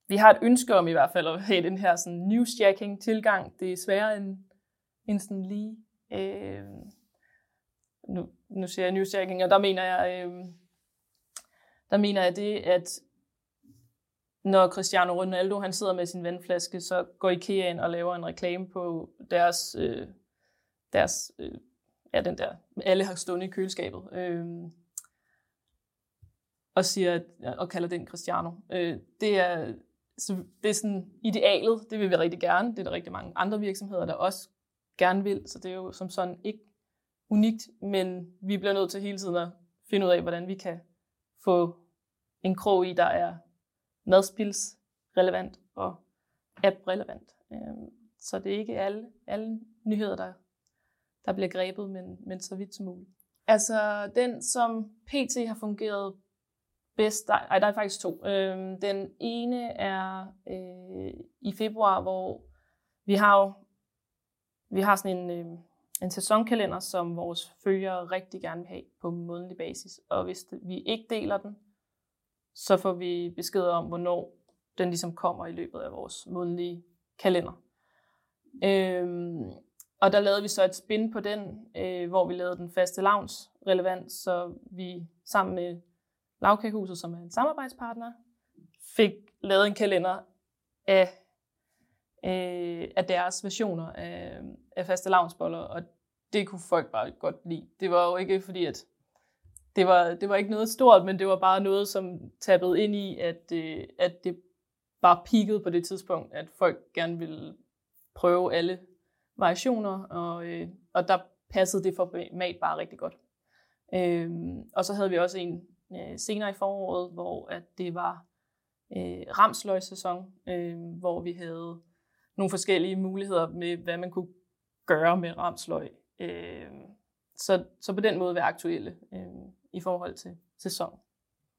vi har et ønske om i hvert fald at have den her sådan newsjacking tilgang. Det er sværere end sådan lige. Nu siger jeg newsjacking, og der mener jeg det, at når Cristiano Ronaldo han sidder med sin vandflaske, så går IKEA ind og laver en reklame på deres den der, alle har stående i køleskabet, og siger, og kalder den Cristiano. Det er sådan idealet, det vil vi rigtig gerne. Det er der rigtig mange andre virksomheder, der også gerne vil, så det er jo som sådan ikke unikt, men vi bliver nødt til hele tiden at finde ud af, hvordan vi kan få en krog i, der er madspilsrelevant og app-relevant. Så det er ikke alle nyheder, der bliver grebet, men så vidt som muligt. Altså den, som PT har fungeret bedst, der er faktisk 2. Den ene er i februar, hvor vi har sådan en sæsonkalender, som vores følgere rigtig gerne vil have på månedlig basis. Og hvis vi ikke deler den, så får vi besked om, hvornår den ligesom kommer i løbet af vores månedlige kalender. Og der lavede vi så et spin på den, hvor vi lavede den faste lounge relevant, så vi sammen med Lagkagehuset, som er en samarbejdspartner, fik lavet en kalender af deres versioner af faste loungeboller, og det kunne folk bare godt lide. Det var jo ikke fordi, at det var ikke noget stort, men det var bare noget, som tappede ind i, at det bare peakede på det tidspunkt, at folk gerne ville prøve alle variationer, og der passede det format bare rigtig godt. Og så havde vi også en senere i foråret, hvor at det var ramsløgssæson, hvor vi havde nogle forskellige muligheder med, hvad man kunne gøre med ramsløg. Så på den måde være aktuelle i forhold til sæson.